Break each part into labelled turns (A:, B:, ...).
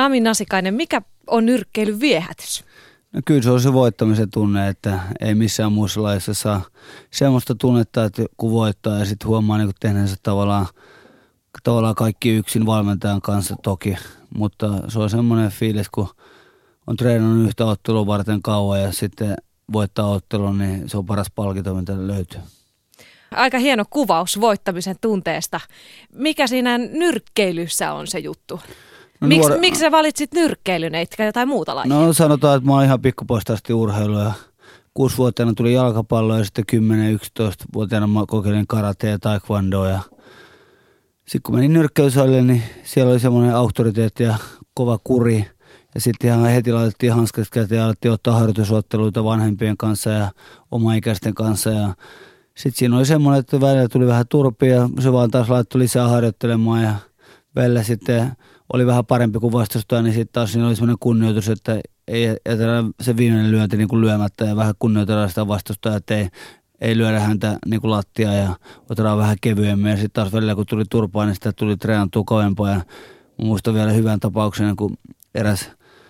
A: Sami Nasikainen, mikä on nyrkkeilyn viehätys?
B: No kyllä se on se voittamisen tunne, että ei missään muussa lajissa saa semmoista tunnetta, että kun voittaa ja sitten huomaa niin tehneensä tavallaan kaikki yksin valmentajan kanssa toki. Mutta se on semmoinen fiilis, kun on treenannut yhtä ottelua varten kauan ja sitten voittaa ottelun, niin se on paras palkinto, mitä löytyy.
A: Aika hieno kuvaus voittamisen tunteesta. Mikä siinä nyrkkeilyssä on se juttu?
B: No
A: Miksi sä valitsit nyrkkeilyn, etkä jotain muuta lajia?
B: No sanotaan, että mä oon ihan pikkupoista asti urheilu ja 6-vuotiaana tuli jalkapallo ja sitten 10-11-vuotiaana mä kokeilin karatea ja taekwondoa. Ja sitten kun menin nyrkkeilysalille, niin siellä oli semmoinen auktoriteetti ja kova kuri. Ja sitten ihan heti laitettiin hanskat käteen ja alettiin ottaa harjoitusotteluita vanhempien kanssa ja omaikäisten kanssa. Ja sitten siinä oli semmoinen, että välillä tuli vähän turpia ja se vaan taas laittoi lisää harjoittelemaan ja välillä sitten oli vähän parempi kuin vastustaja, niin sitten taas siinä oli semmoinen kunnioitus, että ei jätetä se viimeinen lyönti niin kuin lyömättä ja vähän kunnioitetaan sitä vastustajaa, että ei lyödä häntä niin kuin lattia ja otetaan vähän kevyemmin. Ja sitten taas välillä kun tuli turpaa, niin sitä tuli treenattua kovempaa. Ja muistan vielä hyvän tapauksen, kun eräs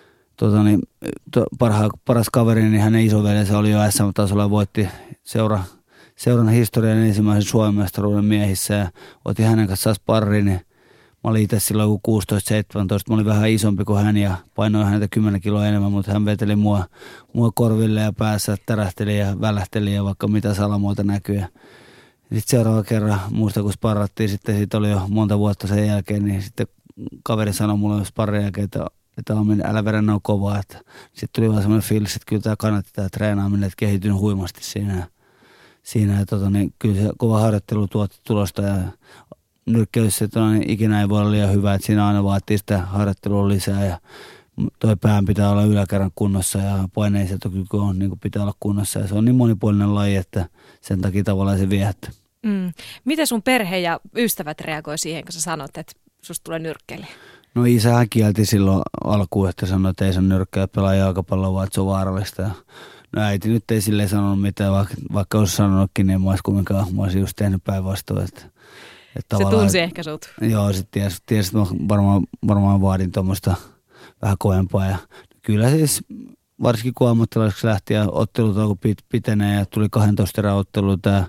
B: paras kaveri, niin hänen isoveljensä oli jo SM-tasolla ja voitti seuran historian ensimmäisen Suomen mestaruuden miehissä ja otin hänen kanssaan sparriin, niin mä olin itse silloin 16-17, mä olin vähän isompi kuin hän ja painoin häntä 10 kiloa enemmän, mutta hän veteli mua korville ja päässä tärähteli ja välähteli ja vaikka mitä salamuota näkyi. Sitten seuraava kerran, muista kun sparrattiin, sitten siitä oli jo monta vuotta sen jälkeen, niin sitten kaveri sanoi mulle sparrin jälkeen, että älä vedä noin kovaa. Sitten tuli vaan semmoinen fiilis, että kyllä tämä kannatti tämä treenaaminen, että kehityn huimasti siinä niin kyllä se kova harjoittelu tuotti tulosta ja nyrkkeilyssä ikinä ei voi olla liian hyvä, että siinä aina vaatii sitä harjoittelua lisää ja toi pään pitää olla yläkerran kunnossa ja paineiseltokyky on niin kuin pitää olla kunnossa ja se on niin monipuolinen laji, että sen takia tavallaan se viehättää.
A: Miten sun perhe ja ystävät reagoi siihen, kun sä sanot, että susta tulee nyrkkeilijä?
B: No isähän kielti silloin alkuun, että sanoi, että ei saa nyrkkeillä pelaa jalkapalloa, vaan että se on vaarallista. Ja no äiti nyt ei silleen sanonut mitään, vaikka olisi sanonutkin, niin mä olisin just tehnyt päinvastoin.
A: Se tunsi ehkä sut.
B: Joo, se tiesi, että mä varmaan vaadin tuommoista vähän kovempaa. Ja kyllä siis varsinkin kun ammattilaiseksi lähti ja ottelut alkoi pitenee ja tuli 12 erää ottelu, tämä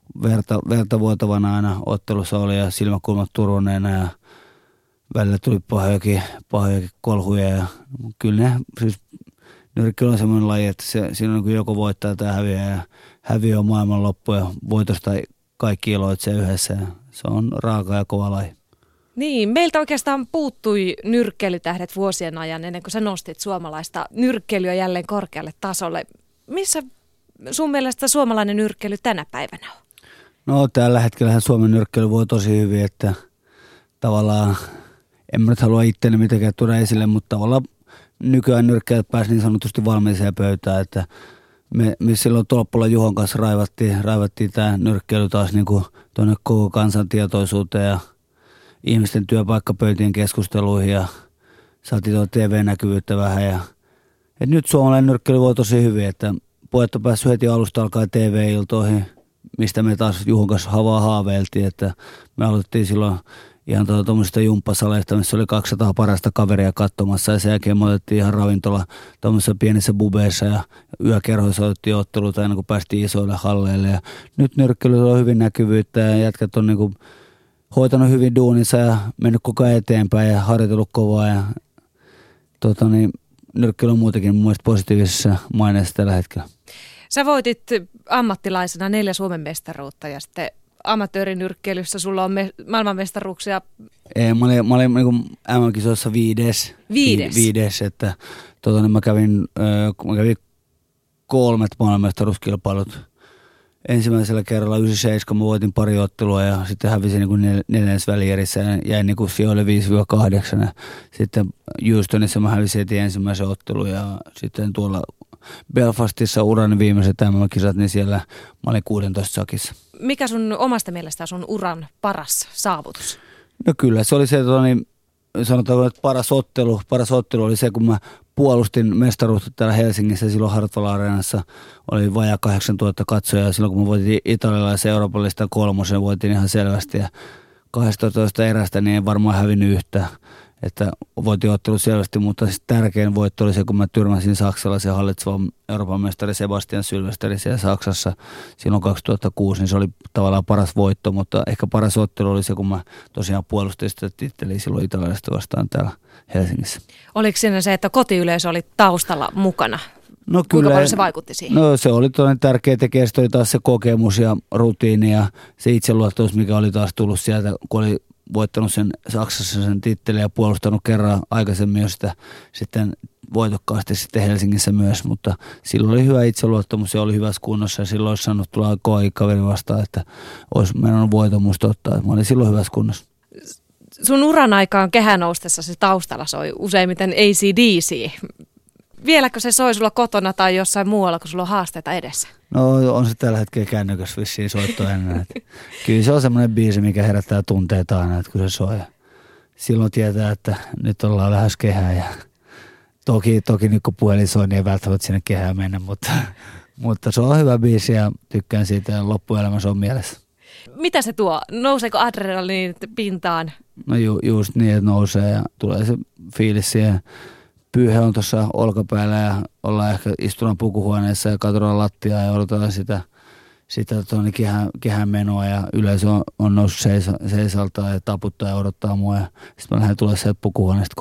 B: verta vuotavana aina ottelussa oli ja silmäkulmat turvoneena ja välillä tuli pahojakin kolhuja. Ja kyllä ne, siis nyrkkeily on semmoinen laji, että siinä on joko voittaa tai häviää ja häviö on maailmanloppu ja voitosta kaikki iloitsee yhdessä ja se on raaka ja kova laji.
A: Niin, meiltä oikeastaan puuttui nyrkkeilytähdet vuosien ajan ennen kuin sä nostit suomalaista nyrkkeilyä jälleen korkealle tasolle. Missä sun mielestä suomalainen nyrkkeily tänä päivänä on?
B: No tällä hetkellähän Suomen nyrkkeily voi tosi hyvin, että tavallaan en mä nyt halua itseäni mitenkään tuoda esille, mutta tavallaan nykyään nyrkkeilijät pääsi niin sanotusti valmiiseen pöytään, että me silloin Tolppola Juhon kanssa raivattiin tämä nyrkkeily taas niin kuin tuonne koko kansan tietoisuuteen ja ihmisten työpaikkapöytien keskusteluihin ja saatiin tuon TV-näkyvyyttä vähän. Ja, nyt suomalainen nyrkkeily voi tosi hyvin, että pojat on päässyt heti alusta alkaen TV-iltoihin, mistä me taas Juhon kanssa haaveiltiin, että me aloitettiin silloin ihan tuommoisista jumppasaleista, missä oli 200 parasta kaveria katsomassa ja sen jälkeen me otettiin ihan ravintola tuommoisissa pienissä bubeissa ja yökerhoissa otettiin otteluita ennen kuin päästiin isoille halleille ja nyt nyrkkeilyllä on hyvin näkyvyyttä ja jätkät on niinku hoitanut hyvin duuninsa ja mennyt koko ajan eteenpäin ja harjoitellut kovaa ja nyrkkeily on muutenkin mun mielestä positiivisessa maineessa tällä hetkellä.
A: Sä voitit ammattilaisena 4 Suomen mestaruutta ja sitten amatöörinyrkkeilyssä sulla on maailmanmestaruuksia.
B: Ei, mä olin niin MM-kisoissa viides, että mä kävin 3 maailmanmestaruuskilpailut. Ensimmäisellä kerralla 97 mä voitin pari ottelua ja sitten hävisin niin 4. välierissä ja jäin niin sijoille 5-8. Sitten Houstonissa mä hävisin heti ensimmäisen ottelun ja sitten tuolla Belfastissa urani viimeiset MM-kisat, niin siellä mä olin 16 sakissa.
A: Mikä sun omasta mielestä sun uran paras saavutus?
B: No kyllä, se oli se, sanotaanko, että paras ottelu oli se, kun mä puolustin mestaruutta täällä Helsingissä. Silloin Hartwall Areenassa oli vajaa 8000 katsojaa. Silloin kun mä voitin italialaisen Euroopallista 3, voitin ihan selvästi. Ja 12 erästä niin en varmaan hävinnyt yhtään. että voitin ottelut selvästi, mutta siis tärkein voitto oli se, kun mä tyrmäsin saksalaisen hallitsevan Euroopan mestari Sebastian Sylvesteri siellä Saksassa silloin 2006, niin se oli tavallaan paras voitto, mutta ehkä paras ottelu oli se, kun mä tosiaan puolustin sitä titteliä silloin italialaista vastaan täällä Helsingissä.
A: Oliko siinä se, että kotiyleisö oli taustalla mukana?
B: No
A: Kuinka
B: kyllä,
A: paljon se vaikutti siihen?
B: No se oli toinen tärkeä tekijä, se oli taas se kokemus ja rutiini ja se itseluottamus, mikä oli taas tullut sieltä, kun oli voittanut sen Saksassa sen tittelin ja puolustanut kerran aikaisemmin jo sitä sitten voitokkaasti sitten Helsingissä myös, mutta silloin oli hyvä itseluottamus ja oli hyvässä kunnossa ja silloin olisi saanut tulla kaveri vastaan, että olisi mennyt voiton musta ottaa. Mä olin silloin hyvässä kunnossa.
A: Sun uran aikaan kehän noustessa se taustalla soi useimmiten AC/DC. Vieläkö se soi sulla kotona tai jossain muualla, kun sulla on haasteita edessä?
B: No on se tällä hetkellä kännykäs vissiin soitto ennen. Kyllä se on semmoinen biisi, mikä herättää tunteita aina, että kun se soi. Silloin tietää, että nyt ollaan lähes kehään ja toki nyt kun puhelin soi, niin ei välttämättä sinne kehään mennä, mutta se on hyvä biisi ja tykkään siitä ja loppuelämä se on mielessä.
A: Mitä se tuo? Nouseeko adrenaliinit pintaan?
B: No just niin, että nousee ja tulee se fiilis siihen. Pyyhe on tuossa olkapäällä ja ollaan ehkä istunut pukuhuoneessa ja katsotaan lattiaa ja odotetaan sitä kehän menoa ja yleisö on noussut seisaltaan ja taputtaa ja odottaa mua. Ja sitten mä lähden tulemaan sieltä pukuhuoneesta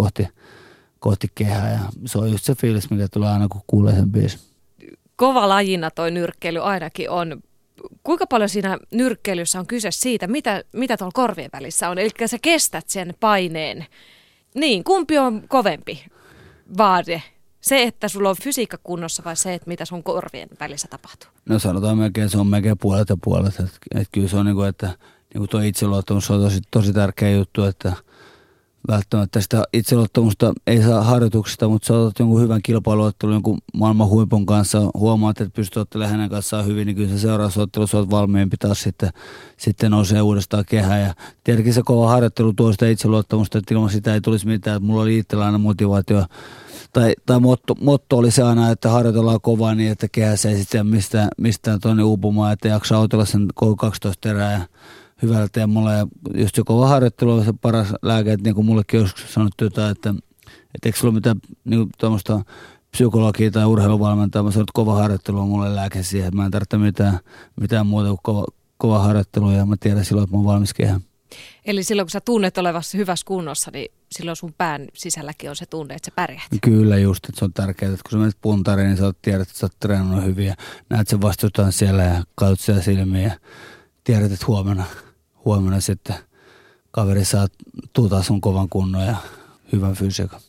B: kohti kehää ja se on just se fiilis, mikä tulee aina kun kuulee sen biisin.
A: Kova lajina toi nyrkkeily ainakin on. Kuinka paljon siinä nyrkkeilyssä on kyse siitä, mitä tuolla korvien välissä on? Eli sä kestät sen paineen. Niin, kumpi on kovempi vaade? Se, että sulla on fysiikka kunnossa vai se, että mitä sun korvien välissä tapahtuu?
B: No sanotaan melkein, se on melkein puolet ja puolet. Et kyllä se on niin kuin, että niin kuin tuo itseluottamus on tosi tärkeä juttu, että välttämättä sitä itseluottamusta ei saa harjoituksista, mutta sä otat jonkun hyvän kilpailuottelun jonkun maailman huipun kanssa, huomaat, että pystyt ottelemaan hänen kanssaan hyvin, niin kyllä se seuraavassa ottelussa olet valmiimpi taas sitten nousee uudestaan kehään. Ja tietenkin se kova harjoittelu tuo sitä itseluottamusta, että ilman sitä ei tulisi mitään, että mulla oli itsellä aina motivaatio. Tai motto oli se aina, että harjoitellaan kovaa niin, että kehässä ei sitten mistään tuonne uupumaan, että jaksaa otella sen 12 erää ja hyvällä teemalla. Ja just se kova harjoittelu on se paras lääke, että niin kuin mullekin joskus sanottu jotain, että eikö sulla mitään niin tuommoista psykologia tai urheiluvalmentaa, mä sanon, että kova harjoittelu on mulle lääke siihen, että mä en tarvitse mitään muuta kuin kova harjoittelu ja mä tiedän silloin, että mä oon valmis kehään.
A: Eli silloin, kun sä tunnet olevassa hyvässä kunnossa, niin silloin sun pään sisälläkin on se tunne, että sä pärjät.
B: Kyllä just, että se on tärkeää, että kun sä menet puntariin, niin sä tiedät, että sä oot treenannut hyvin ja näet sen vastustajan siellä ja katsot siellä silmiin ja tiedät, että huomenna sitten kaveri saa tuutaa sun kovan kunnon ja hyvän fysiikan.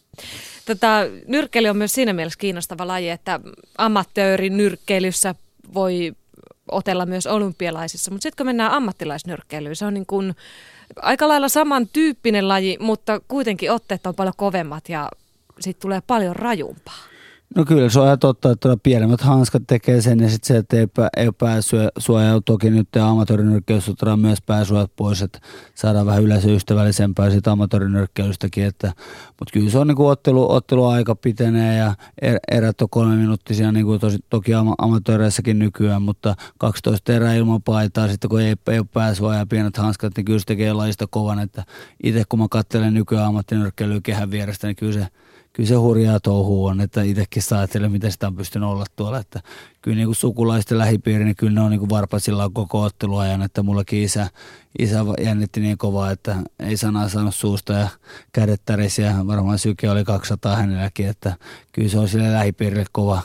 A: Nyrkkeily on myös siinä mielessä kiinnostava laji, että amatöörinyrkkeilyssä voi otella myös olympialaisissa, mutta sitten kun mennään ammattilaisnyrkkeilyyn, se on niin kuin aika lailla samantyyppinen laji, mutta kuitenkin otteet on paljon kovemmat ja siitä tulee paljon rajumpaa.
B: No kyllä se on ihan totta, että pienemmät hanskat tekee sen ja sitten se, että ei ole pääsuojaa. Toki nyt amatöörinyrkkeilyssä otetaan myös pääsuojat pois, että saadaan vähän yleisöystävällisempää siitä amatöörinyrkkeilystäkin. Mutta kyllä se on niin kuin otteluaika pitenee ja erät on 3 minuuttisia, niin kuin toki amatööreissäkin nykyään, mutta 12 erää ilman paitaa, sitten kun ei ole pääsuojaa ja pienet hanskat, niin kyllä se tekee lajista kovan. Että itse kun mä katselen nykyään ammattinyrkkeilyä kehän vierestä, niin kyllä se hurjaa touhuu on, että itsekin saa ajatella, miten sitä on pystynyt olla tuolla. Että kyllä niin kuin sukulaisten lähipiiri, niin kyllä ne on niin kuin varpasilla koko otteluajan, että mullakin isä jännitti niin kovaa, että ei sanaa saanut suusta ja kädet tärisi ja varmaan syke oli 200 hänelläkin, että kyllä se on sille lähipiirille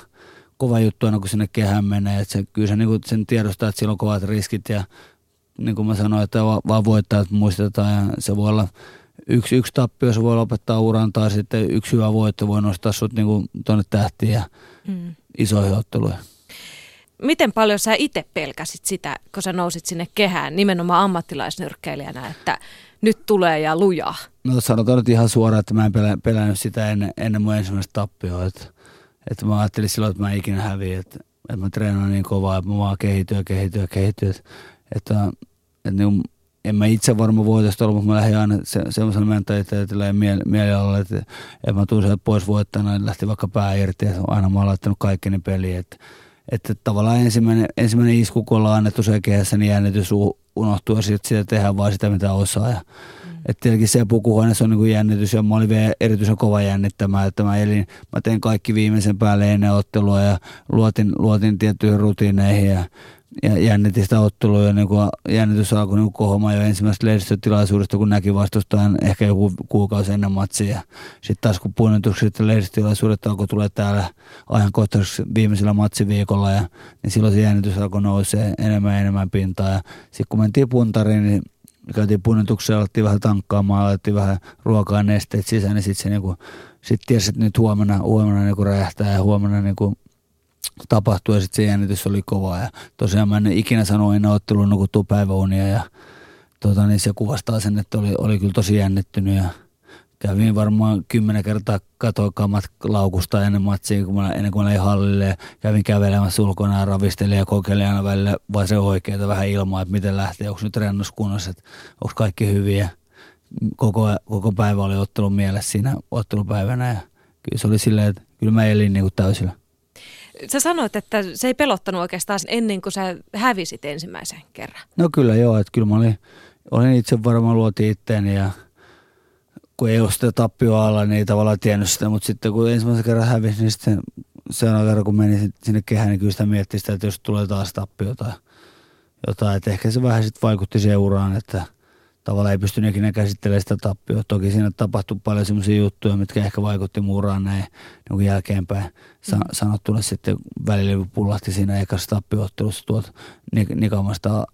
B: kova juttu aina kun sinne kehään menee, että kyllä se niin kuin sen tiedostaa, että sillä on kovat riskit ja niin kuin mä sanoin, että vaan voittajat muistetaan ja se voi olla yksi tappio, se voi lopettaa uran tai sitten yksi hyvä voitto voi nostaa sut niinku tuonne tähtiin ja isoihin otteluihin. Miten
A: paljon sä itse pelkäsit sitä, kun sä nousit sinne kehään nimenomaan ammattilaisnyrkkeilijänä, että nyt tulee ja lujaa? No
B: sanotaan nyt ihan suoraan, että mä en pelännyt sitä ennen mun ensimmäistä tappioa. Että mä ajattelin silloin, että mä ikinä häviin, että mä treenaan niin kovaa, että mä vaan kehittyy. Että niin en mä itse varmaan voitosta ollut, mutta mä lähdin aina semmoisella mentaliteetillä ja mielialalla, että mä tuun sieltä pois voittajana, niin lähti vaikka pää irti ja aina mä oon laittanut kaikkeni peliin. Että tavallaan ensimmäinen isku, kun ollaan annettu se kehässä, niin jännitys unohtuu ja sitten sitä tehdään vaan sitä, mitä osaa. Että tietenkin se pukuhuoneessa on niin kuin jännitys ja mä olin vielä erityisen kova jännittämään, että mä tein kaikki viimeisen päälle ennen ottelua ja luotin tiettyihin rutiineihin ja jännitin sitä ottelua ja niin kuin jännitys alkoi niin kohomaan jo ensimmäisestä lehdistötilaisuudesta, kun näki vastustajan ehkä joku kuukausi ennen matsia. Sitten taas kun punnitukset ja lehdistötilaisuudet alkoi tulla täällä ajankohtaisesti viimeisellä matsiviikolla, niin silloin se jännitys alkoi nousee enemmän pintaan. Ja sitten kun mentiin puntariin, niin käytiin punnituksia, alettiin vähän tankkaamaan, alettiin vähän ruokaa nesteet sisään, niin sitten se niinku, tiesi, että nyt huomenna niinku räjähtää ja huomenna niinku tapahtui ja sitten se jännitys oli kova. Ja tosiaan mä en ikinä sanoa ennen ottelun nukuttua päiväunia ja niin se kuvastaa sen, että oli kyllä tosi jännittynyt ja kävin varmaan 10 kertaa katoin kamat laukusta ennen matsia, ennen kuin mä lähdin hallille ja kävin kävelemässä ulkona ja ravistelin ja kokeilin aina välillä vai se oikeeta vähän ilmaa, että miten lähtee, onko nyt rennos kunnossa, että onko kaikki hyviä. Koko päivä oli ottelun mielessä siinä ottelupäivänä ja kyllä se oli silleen, että kyllä mä elin niin kuin täysillä.
A: Sä sanoit, että se ei pelottanut oikeastaan ennen kuin sä hävisit ensimmäisen kerran.
B: No kyllä joo, että kyllä mä olin itse varmaan luotiin itteeni ja kun ei ole sitä tappioa alla, niin ei tavallaan tiennyt sitä, mutta sitten kun ensimmäisen kerran hävisi, niin sitten seuraava kerran kun meni sinne kehään, niin kyllä sitä miettii sitä, että jos tulee taas tappio tai jotain, että ehkä se vähän sitten vaikutti seuraan, että tavallaan ei pystynyt ikinä käsittelemään sitä tappioa. Toki siinä tapahtui paljon sellaisia juttuja, mitkä ehkä vaikutti muuraan näin niin jälkeenpäin sanottuna sitten välillä pullahti siinä ekassa tappioottelussa tuolta Nikamasta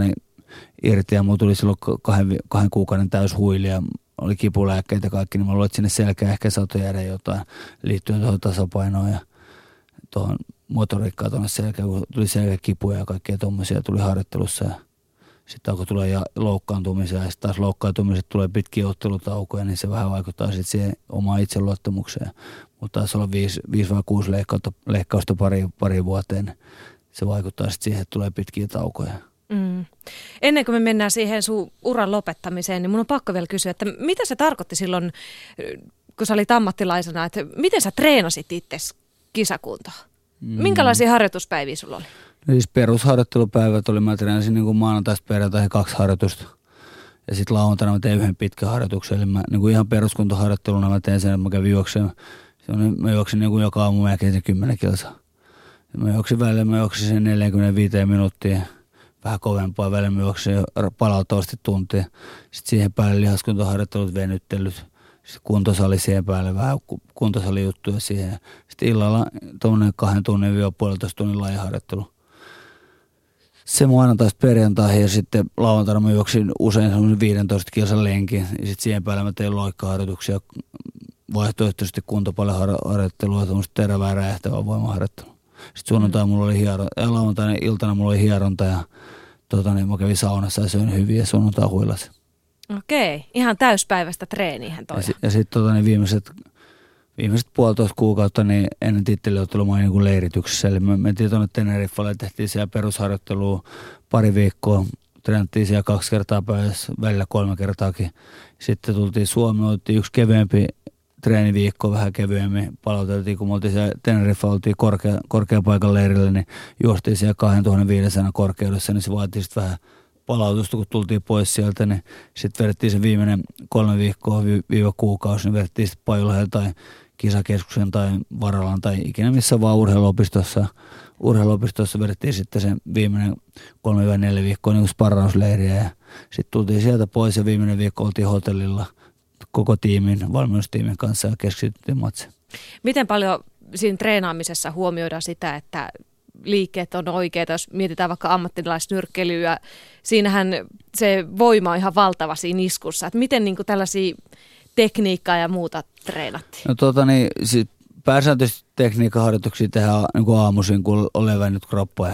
B: irti ja mulla tuli silloin 2 kuukauden täyshuili ja oli kipulääkkeitä kaikki, niin mä luulen, että sinne selkään ehkä saatoi jäädä jotain liittyen tuohon tasapainoon ja tuohon motoriikkaan tuonne selkään, kun tuli selkäkipuja ja kaikkea tuommoisia tuli harjoittelussa ja sitten alkoi tulla loukkaantumisia ja sitten taas loukkaantumiset tulee pitkiä ottelutaukoja, niin se vähän vaikuttaa sitten siihen omaan itseluottamukseen. Mutta taisi olla 5 vai 6 leikkausta pari vuoteen. Se vaikuttaa sitten siihen, että tulee pitkiä taukoja.
A: Ennen kuin me mennään siihen sun uran lopettamiseen, niin mun on pakko vielä kysyä, että mitä se tarkoitti silloin, kun sä olit ammattilaisena, että miten sä treenasit itsesi kisakuntoon? Minkälaisia harjoituspäiviä sulla oli?
B: No siis perusharjoittelupäivät oli, mä treenasin niin kuin maanantaiksi perjantaihin 2 harjoitusta. Ja sitten lauantaina mä tein 1 pitkän harjoituksen. Eli mä niin kuin ihan peruskuntoharjoitteluna mä tein sen, että mä kävin juoksemaan. Mä juoksin niin kuin joka aamu melkein sen 10 kilsaa. Mä juoksin sen 45 minuuttia. Vähän kovempaa välillä mä juoksin palauttavasti tuntia. Sitten siihen päälle lihaskuntoharjoittelut, venyttelyt. Sitten kuntosali siihen päälle, vähän kuntosalijuttuja siihen. Sitten illalla tuommoinen 2 tunnin 1,5 tunnin lajiharjoittelu. Se maanantaisi perjantaihin ja sitten lauantaina mä juoksin usein semmoisen 15 kilsan lenkin. Ja sitten siihen päälle mä tein loikkaharjoituksia, vaihtoehtoisesti kuntopalleharjoittelua, semmoista terävää räjähtävää voimaharjoittelua. Sitten sunnuntai mulla oli lauantaina iltana mulla oli hieronta ja niin mä kävin saunassa ja söin hyvin ja sunnuntai huilasin.
A: Okei, ihan täyspäiväistä treeniähän toi.
B: Ja sitten viimeiset 1,5 kuukautta niin ennen titteliottelua mä olin niin kuin leirityksessä. Eli me mentiin tuonne Teneriffalle ja tehtiin siellä perusharjoittelua 2 viikkoa. Treenattiin siellä 2 kertaa päivässä, välillä 3 kertaakin. Sitten tultiin Suomeen, otettiin 1 kevyempi treeniviikko, vähän kevyemmin. Palauteltiin, kun me oltiin siellä Teneriffalla, oltiin korkeapaikan leirillä, niin juostiin siellä 2500 korkeudessa, niin se vaatii sitten vähän palautusta, kun tultiin pois sieltä, niin sitten vedettiin se viimeinen 3 viikkoa kuukausi, niin vedettiin sitten Pajulahden tai kisakeskuksen tai Varalan tai ikinä missä vaan urheiluopistossa. Urheiluopistossa vedettiin sitten se viimeinen 3-4 viikkoa niin kuin sparrausleiriä ja sitten tultiin sieltä pois ja viimeinen viikko oltiin hotellilla koko tiimin, valmennustiimin kanssa ja keskityttiin matsiin.
A: Miten paljon siinä treenaamisessa huomioidaan sitä, että liikkeet on oikeita, jos mietitään vaikka ammattilaisnyrkkeilyä, siinähän se voima on ihan valtava siinä iskussa. Että miten niin kuin tällaisia tekniikkaa ja muuta treenattiin?
B: No pääsääntöisesti tekniikkaharjoituksia tehdään niin kuin aamuisin, kun on levännyt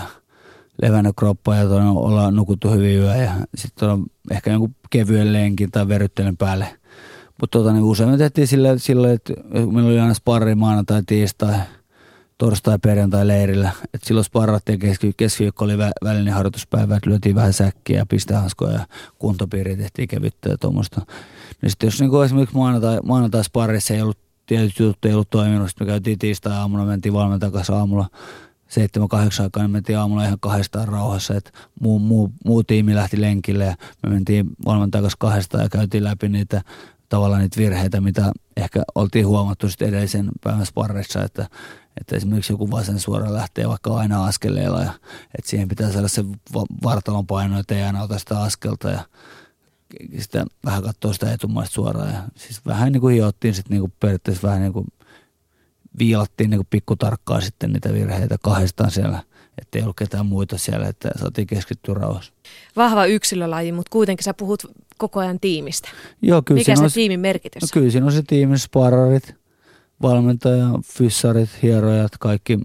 B: kroppa ja ollaan nukuttu hyvin yö ja sitten on ehkä jonkun kevyen lenkin tai veryttelyn päälle. Mutta niin usein me tehtiin sillä, että meillä oli aina sparri maanantai, tiistai, torstai, perjantai leirillä. Et silloin sparrattiin keskiviikko oli välinen harjoituspäivä, että lyötiin vähän säkkiä ja pistehanskoja ja kuntopiiriä tehtiin kevyttä ja tuommoista. Ja sitten jos niin esimerkiksi maanantai sparrissa ei ollut tietyt jutut ei ollut toiminut, sitten me käytiin tiistai aamuna, mentiin valmentajan kanssa aamulla 7-8 aikaa, niin mentiin aamulla ihan 200 rauhassa, että muu tiimi lähti lenkille ja me mentiin valmentajan kanssa 200 ja käytiin läpi niitä tavallaan niitä virheitä, mitä ehkä oltiin huomattu sitten edellisen päivän sparrissa, että esimerkiksi joku vasen suora lähtee vaikka aina askeleella ja että siihen pitää saada se vartalon paino, että ei aina ota sitä askelta ja sitä vähän katsoa sitä etumaista suoraan ja siis vähän niin kuin hiottiin sitten niin kuin periaatteessa vähän niin kuin viilattiin niin kuin pikkutarkkaa sitten niitä virheitä 200 siellä, ettei ollut ketään muita siellä, että saatiin keskittyä rauhassa.
A: Vahva yksilölaji, mutta kuitenkin sä puhut koko ajan tiimistä.
B: Joo, kyllä
A: mikä se tiimin merkitys on?
B: Kyllä siinä on se tiimin sparrarit, valmentaja, fyssarit, hierojat, kaikki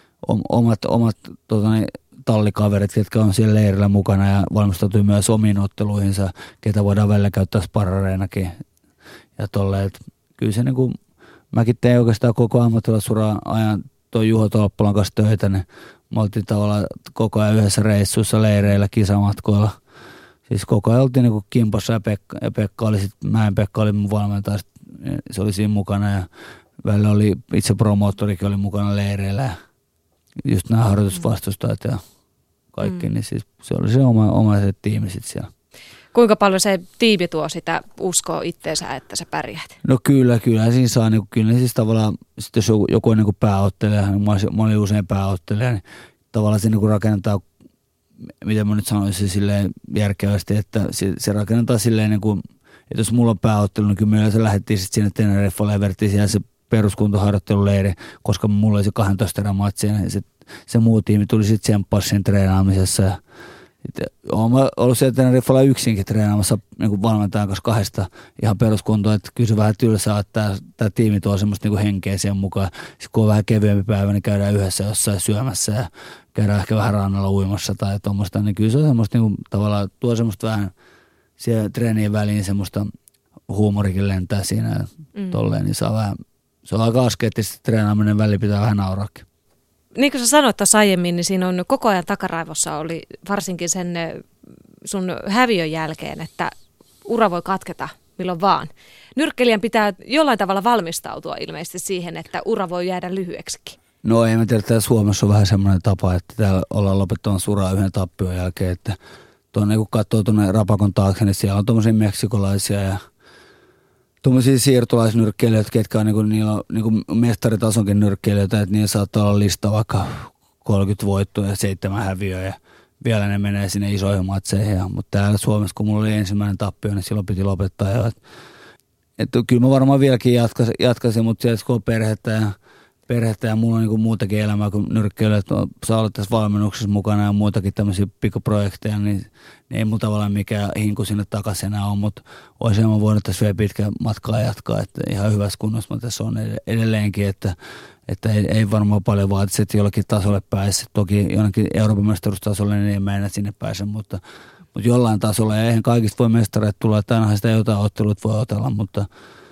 B: omat tallikaverit, ketkä on siellä leirillä mukana ja valmistautuu myös omiin otteluihinsa, ketä voidaan välillä käyttää sparrareinakin. Ja tolleen, kyllä se niin kuin mäkin tein oikeastaan koko ammattilaisuran ajan tuon Juho Tolppalan kanssa töitä, niin me oltiin tavallaan koko ajan yhdessä reissuissa, leireillä, kisamatkoilla. Siis koko ajan oltiin niin kimpassa ja Pekka oli sitten, Pekka oli mun valmentaja, se oli siinä mukana ja välillä oli itse promoottorikin oli mukana leireillä ja just nämä harjoitusvastustajat ja kaikki, niin siis se oli se oma se tiimi sitten siellä.
A: Kuinka paljon se tiimi tuo sitä uskoa itteensä, että sä pärjäät?
B: No kyllä siinä saa, niin kyllä siis tavallaan, sit jos joku on niin pääottelija, niin mä olin usein pääottelija, niin tavallaan se niin rakennetaan, mitä mä nyt sanoisin silleen järkevästi, että se rakennetaan silleen, niin kuin, että jos mulla on pääottelu, niin kyllä me lähdettiin sitten sinne Teneriffalle ja vertiin siellä se peruskuntoharjoitteluleiri, koska mulla oli se 12 erän matsi, ja se muu tiimi tuli sitten tsemppaa sen treenaamisessa ja olen ollut siellä Teneriffalla yksinkin treenaamassa niin valmentajan kanssa 2 ihan peruskuntoa, että kyllä se vähän tylsää, että tämä tiimi tuo semmoista niin henkeä siihen mukaan. Sitten kun on vähän kevyempi päivä, niin käydään yhdessä jossain syömässä ja käydään ehkä vähän rannalla uimassa tai tuommoista, niin kyllä se on semmoista niin kuin, tavallaan tuo semmoista vähän siellä treenien väliin semmoista huumorikin lentää siinä ja tolleen, niin saa vähän, se on aika askeettisesti treenaaminen, väli pitää vähän nauraakin.
A: Niin kuin sä sanoit tuossa aiemmin, niin siinä on koko ajan takaraivossa oli varsinkin sen sun häviön jälkeen, että ura voi katketa milloin vaan. Nyrkkeilijän pitää jollain tavalla valmistautua ilmeisesti siihen, että ura voi jäädä lyhyeksikin.
B: No ei mä tiedä, että Suomessa on vähän semmoinen tapa, että täällä ollaan lopettamassa uraa yhden tappion jälkeen, että tuonne kun katsoo tuonne rapakon taakse, niin siellä on tuommoisia meksikolaisia ja tuommoisia siirtolaisnyrkkeilijöitä, ketkä on niillä on mestaritasonkin nyrkkeilijöitä, että niillä saattaa olla lista vaikka 30 voittoa ja 7 häviöä ja vielä ne menee sinne isoihin matseihin. Mutta täällä Suomessa, kun mulla oli ensimmäinen tappio, niin silloin piti lopettaa jo. Että kyllä mä varmaan vieläkin jatkaisin, mutta sieltä kun on perhettä ja mulla on niin muutakin elämää kuin nyrkkeilyä, että saa olla tässä valmennuksessa mukana ja muutakin tämmöisiä pikkuprojekteja, niin ei mulla tavallaan mikään hinku sinne takaisin enää ole, mutta olisin mä voinut tässä vielä pitkän matkaa jatkaa, että ihan hyvässä kunnossa mä tässä on edelleenkin, että ei varmaan paljon vaatisi, että jollakin tasolle pääse. Toki jonnekin Euroopan mestaruustasolle niin ei mä enää sinne pääse, mutta jollain tasolla, ja eihän kaikista voi mestareita tulla, että ainahan sitä jotain ottelut voi otella, mutta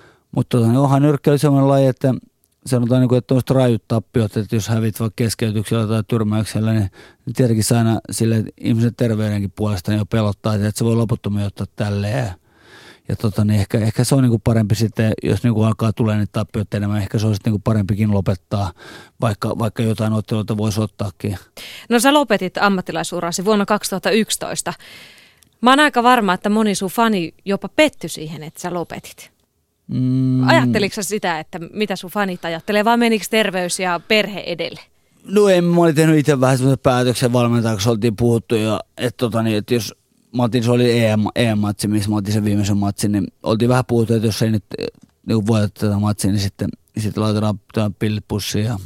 B: onhan nyrkkeily sellainen laji, että sanotaan, että tuollaiset rajut tappiot, että jos hävit vaikka keskeytyksellä tai tyrmäyksellä, niin tietenkin se aina sille ihmisen terveydenkin puolesta jo pelottaa, että se voi loputtomia ottaa tälleen. Niin ehkä se on niin kuin parempi sitten, jos niin kuin alkaa tulee niitä tappioita enemmän, ehkä se on sitten niin kuin parempikin lopettaa, vaikka jotain otteluita voisi ottaakin. No
A: sä lopetit ammattilaisurasi vuonna 2011. Mä oon aika varma, että moni sun fani jopa pettyi siihen, että sä lopetit. Ajatteliko sä sitä, että mitä sun fanit ajattelee, vai menikö terveys ja perhe edelle?
B: No mä olin tehnyt itse vähän semmoisen päätöksen valmentajan, kun oltiin puhuttu jo, että jos se oli EM-matsi, missä mä otin sen viimeisen matsin, niin oltiin vähän puhuttu, että jos ei nyt niin voita tätä matsia, niin sitten laitetaan pillit pussiin ja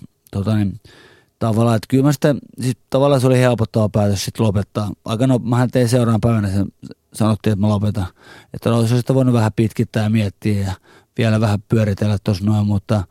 B: tavallaan, että kyllä mä sitten, tavallaan se oli helpottava päätös sitten lopettaa. Mähän tein seuraavan päivänä sen, sanottiin, että mä lopetan. Että olisi sitä voinut vähän pitkittää ja miettiä ja vielä vähän pyöritellä tuossa noin, mutta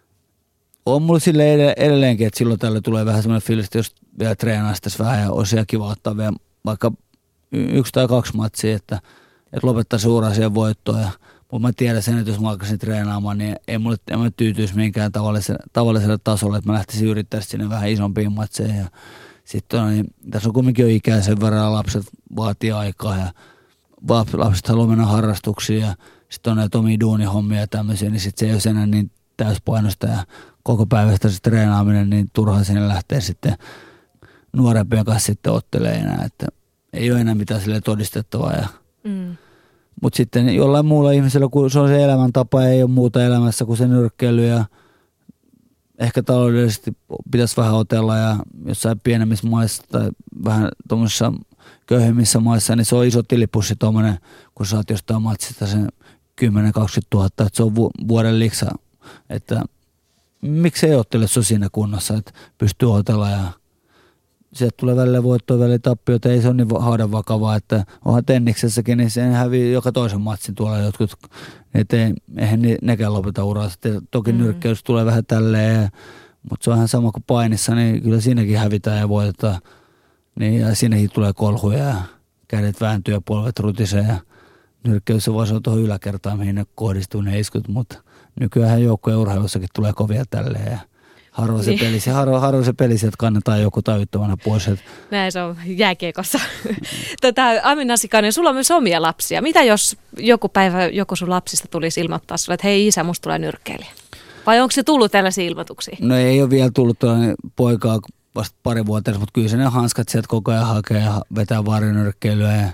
B: on mulla silleen edelleenkin, että silloin tällä tulee vähän semmoinen fiilis, että jos vielä treenaisi tässä vähän ja olisi ihan kiva ottaa vielä vaikka 1 tai 2 matsia, että lopettaa se ura siihen voittoon. Mutta mä tiedän sen, että jos mä alkaisin treenaamaan, niin en mä tyytyisi minkään tavalliselle tasolle, että mä lähtisin yrittää sinne vähän isompiin matseihin. Ja sitten niin, tässä on kumminkin jo ikää sen verran, lapset vaatii aikaa ja lapset haluaa mennä harrastuksiin ja sitten on näitä omia duunihommia ja tämmöisiä, niin sitten se ei ole enää niin täyspainosta ja koko päivästä se treenaaminen, niin turhaan sinne lähtee sitten nuorempien kanssa sitten ottelemaan enää, että ei ole enää mitään sille todistettavaa. Mutta sitten jollain muulla ihmisellä, kun se on se elämäntapa ja ei ole muuta elämässä kuin se nyrkkeily ja ehkä taloudellisesti pitäisi vähän otella ja jossain pienemmissä maissa tai vähän tuommoisissa köyhemmissä maissa, niin se on iso tilipussi tuommoinen, kun saat jostain matsista sen 10-20 000, että se on vuoden liksa, että miksi ei ottele, se on siinä kunnossa, että pystyy otella ja sieltä tulee välillä voittoa, välillä tappioita, ei se ole niin haudan vakavaa, että onhan tenniksessäkin, niin se hävii joka toisen matsin tuolla jotkut, että eihän nekään lopeta uraa. Sitten toki nyrkkeys tulee vähän tälleen, mutta se on ihan sama kuin painissa, niin kyllä siinäkin hävitään ja voitetaan. Niin, ja siinäkin tulee kolhuja ja kädet vääntyy ja polvet rutisee ja nyrkkeys on vaan tuohon yläkertaan, mihin ne kohdistuu ne iskut, mutta nykyään joukkojen urheilussakin tulee kovia tälleen ja harvoin se peli sieltä kannetaan joku tajuttomana pois.
A: Näin se on jääkiekossa. Ami Nasikainen, sulla on myös omia lapsia. Mitä jos joku päivä joku sun lapsista tulisi ilmoittaa sulle, että hei isä, musta tulee nyrkkeilijä? Vai onko se tullut tällaisia ilmoituksia?
B: No ei ole vielä tullut tällainen poikaa vasta pari vuotta, mutta kyllä se ne hanskat sieltä koko ajan hakee ja vetää varjonyrkkeilyä. Ja,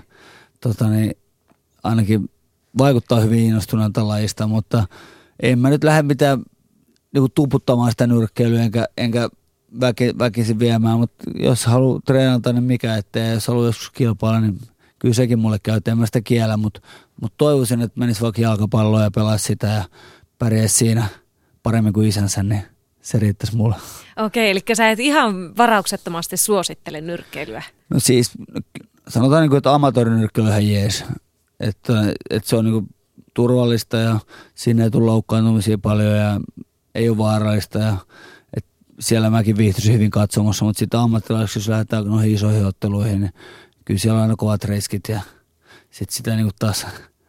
B: ainakin vaikuttaa hyvin innostuneelta lajista, mutta en mä nyt lähde mitään niin tuputtamaan sitä nyrkkeilyä enkä väkisin viemään, mutta jos haluaa treenata, niin mikä ettei. Jos haluaa joskus kilpailla, niin kyllä sekin mulle käy, en mä sitä kiellä, mutta toivoisin, että menisi vaikka jalkapalloa ja pelaisi sitä ja pärjäisi siinä paremmin kuin isänsä, niin se riittäisi mulle.
A: Okei, eli sä et ihan varauksettomasti suosittele nyrkkeilyä.
B: No siis sanotaan, että amatöörinyrkkeily on ihan jees, että se on niin turvallista ja siinä ei tule loukkaantumisia paljon ja ei ole vaarallista ja siellä mäkin viihtyisin hyvin katsomassa, mutta sitten ammattilaisiksi, jos lähdetään noihin isoihin otteluihin, niin kyllä siellä on aina kovat riskit ja sitten sitä niin kuin taas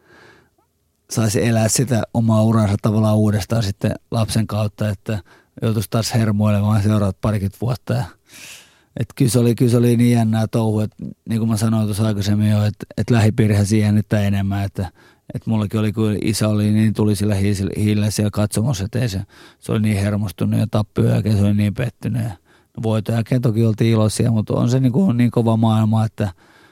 B: saisi elää sitä omaa uransa tavallaan uudestaan sitten lapsen kautta, että joutuisi taas hermoilemaan seuraavat parikymmentä vuotta. Ja, kyllä se oli niin jännää touhu, että niin kuin mä sanoin tuossa aikaisemmin jo, että lähipiirihän siihen nyt enemmän, että mullakin oli, kun isä oli, niin tuli sillä hiilellä siellä katsomassa, että se oli niin hermostunut ja tappio jälkeen se oli niin pettynyt. Ja voiton jälkeen toki oltiin iloisia, mutta on se niin kova maailma, että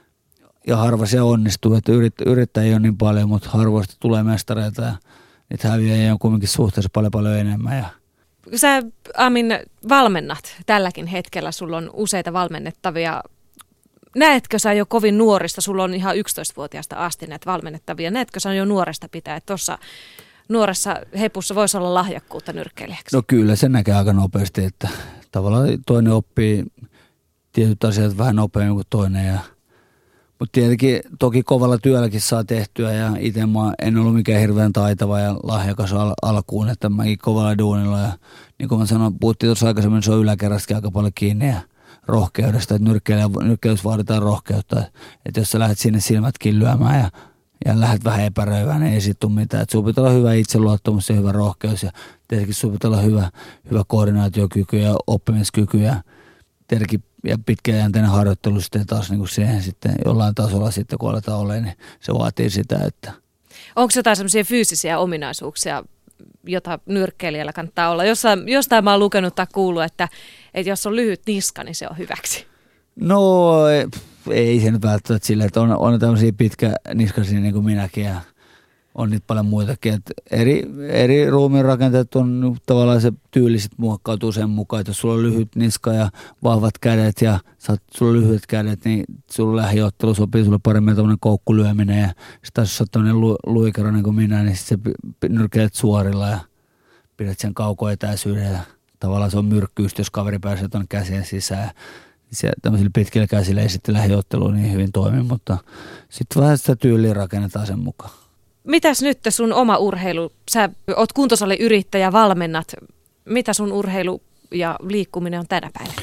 B: ja harva se onnistuu, että yrittäjiä on niin paljon, mutta harvoista tulee mestareita ja niitä häviäjiä on kuitenkin suhteessa paljon enemmän. Ja
A: sä, Amin, valmennat tälläkin hetkellä, sulla on useita valmennettavia. Näetkö sä jo kovin nuorista, sulla on ihan 11-vuotiaasta asti näitä valmennettavia, näetkö sä jo nuoresta pitää, että tuossa nuoressa hepussa voisi olla lahjakkuutta nyrkkeilijäksi?
B: No kyllä se näkee aika nopeasti, että tavallaan toinen oppii tietyt asiat vähän nopeammin kuin toinen. Mutta tietenkin toki kovalla työlläkin saa tehtyä ja itse mä en ollut mikään hirveän taitava ja lahjakas alkuun, että mäkin kovalla duunilla ja niin kuin mä sanoin, puhuttiin tuossa aikaisemmin, se on yläkerrastakin aika paljon kiinni ja rohkeudesta, että nyrkkeilys vaaditaan rohkeutta, että jos sä lähdet sinne silmätkin lyömään ja lähdet vähän epäröivään, niin ei siitä tule mitään. Sulla pitää olla hyvä itseluottamus ja hyvä rohkeus ja tietenkin sulla pitää olla hyvä koordinaatiokyky ja oppimiskyky ja tietenkin ja pitkäjänteinen harjoittelu sitten taas niin kuin siihen sitten jollain tasolla sitten kun aletaan olemaan, niin se vaatii sitä, että
A: onko jotain semmoisia fyysisiä ominaisuuksia, jota nyrkkeilijällä kannattaa olla? Jostain mä oon lukenut tai kuullut, että jos on lyhyt niska, niin se on hyväksi.
B: No ei se nyt välttämättä silleen, että on tämmöisiä pitkäniskaisia niin kuin minäkin ja on niitä paljon muitakin. Että eri ruumiin rakenteet on tavallaan se tyyliset muokkautuu sen mukaan, että jos sulla on lyhyt niska ja vahvat kädet ja sulla on lyhyet kädet, niin sulla lähiottelu sopii sulle paremmin tämmöinen koukkulyöminen ja sitten jos sä oot tämmöinen luikero niin kuin minä, niin sitten sä nyrkeilet suorilla ja pidät sen kaukoetäisyyden ja tavallaan se on myrkkyys, jos kaveri pääsee tuonne käsien sisään. Tämmöisillä pitkillä käsillä ei sitten lähiottelu niin hyvin toimi, mutta sitten vähän sitä tyyliä rakennetaan sen mukaan.
A: Mitäs nyt sun oma urheilu? Sä oot kuntosaliyrittäjä, valmennat. Mitä sun urheilu ja liikkuminen on tänä päivänä?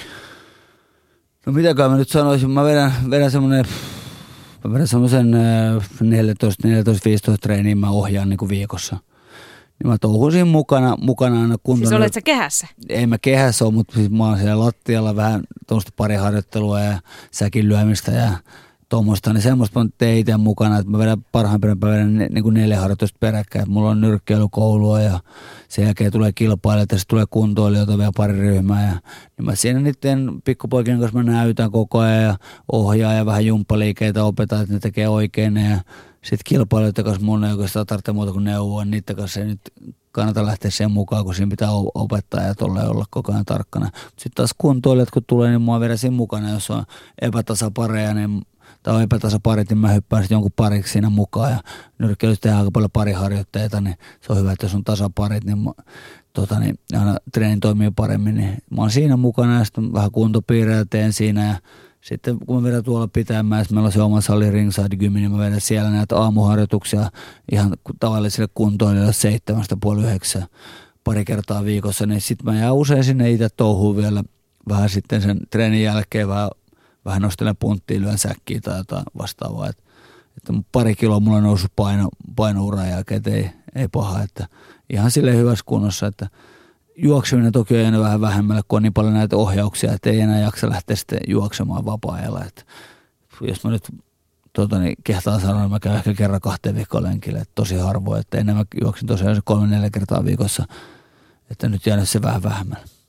B: No mitäkään mä nyt sanoisin. Mä vedän semmoisen 14-15 treeniä mä ohjaan niin kuin viikossa. Niin mä touhun siinä mukana aina kuntoon.
A: Siis olet sä kehässä?
B: Ei mä kehässä ole, mutta siis mä oon siellä lattialla vähän tuollaista pariharjoittelua ja säkin lyömistä ja tuommoista, niin semmoista mä teen itse mukana, että mä vedän parhaimpana päivänä niin kuin 4 harjoitusta peräkkäin. Mulla on nyrkkeilykoulua ja sen jälkeen tulee kilpailijat ja sitten tulee kuntoilijoita vielä pari ryhmää. Ja, niin mä siinä niiden pikkupoikien kanssa mä näytän koko ajan ja ohjaan ja vähän jumppaliikeitä opetan, että ne tekee oikein. Ja sitten kilpailijoiden kanssa mun ei oikeastaan tarvitse muuta kuin neuvoa. Niiden kanssa ei nyt kannata lähteä sen mukaan, kun siinä pitää opettaa ja olla koko ajan tarkkana. Sitten taas kuntoilijat, kun tulee, niin mua vedän siinä mukana, jos on epätasapareja, niin tai on epätasaparit, niin mä hyppään sitten jonkun pariksi siinä mukaan. Ja nyrkkeilyssä tehdään aika paljon pariharjoitteita, niin se on hyvä, että jos on tasaparit, niin, niin aina treeni toimii paremmin. Niin mä oon siinä mukana ja sitten vähän kuntopiirejä teen siinä. Ja sitten kun mä vedän tuolla Pitäjänmäessä, meillä on se oma sali Ringside Gym, niin mä vedän siellä näitä aamuharjoituksia ihan tavallisille kuntoilijoille 7:30-9 pari kertaa viikossa. Niin sitten mä jään usein sinne itse touhuun vielä vähän sitten sen treenin jälkeen vähän nostelen punttiin, lyön säkkiä tai jotain vastaavaa. Että pari kiloa mulla on noussut painouran jälkeen, että ei paha. Että ihan silleen hyvässä kunnossa, että juokseminen toki on jäänyt vähän vähemmälle, kun on niin paljon näitä ohjauksia, että ei enää jaksa lähteä sitten juoksemaan vapaa-ajalla. Että jos mä nyt kehtaan sanoa, niin mä käyn ehkä kerran 2 viikkoa lenkille, että tosi harvoin. Että ennen mä juoksin tosiaan 3-4 kertaa viikossa, että nyt jäänyt se vähän vähemmälle.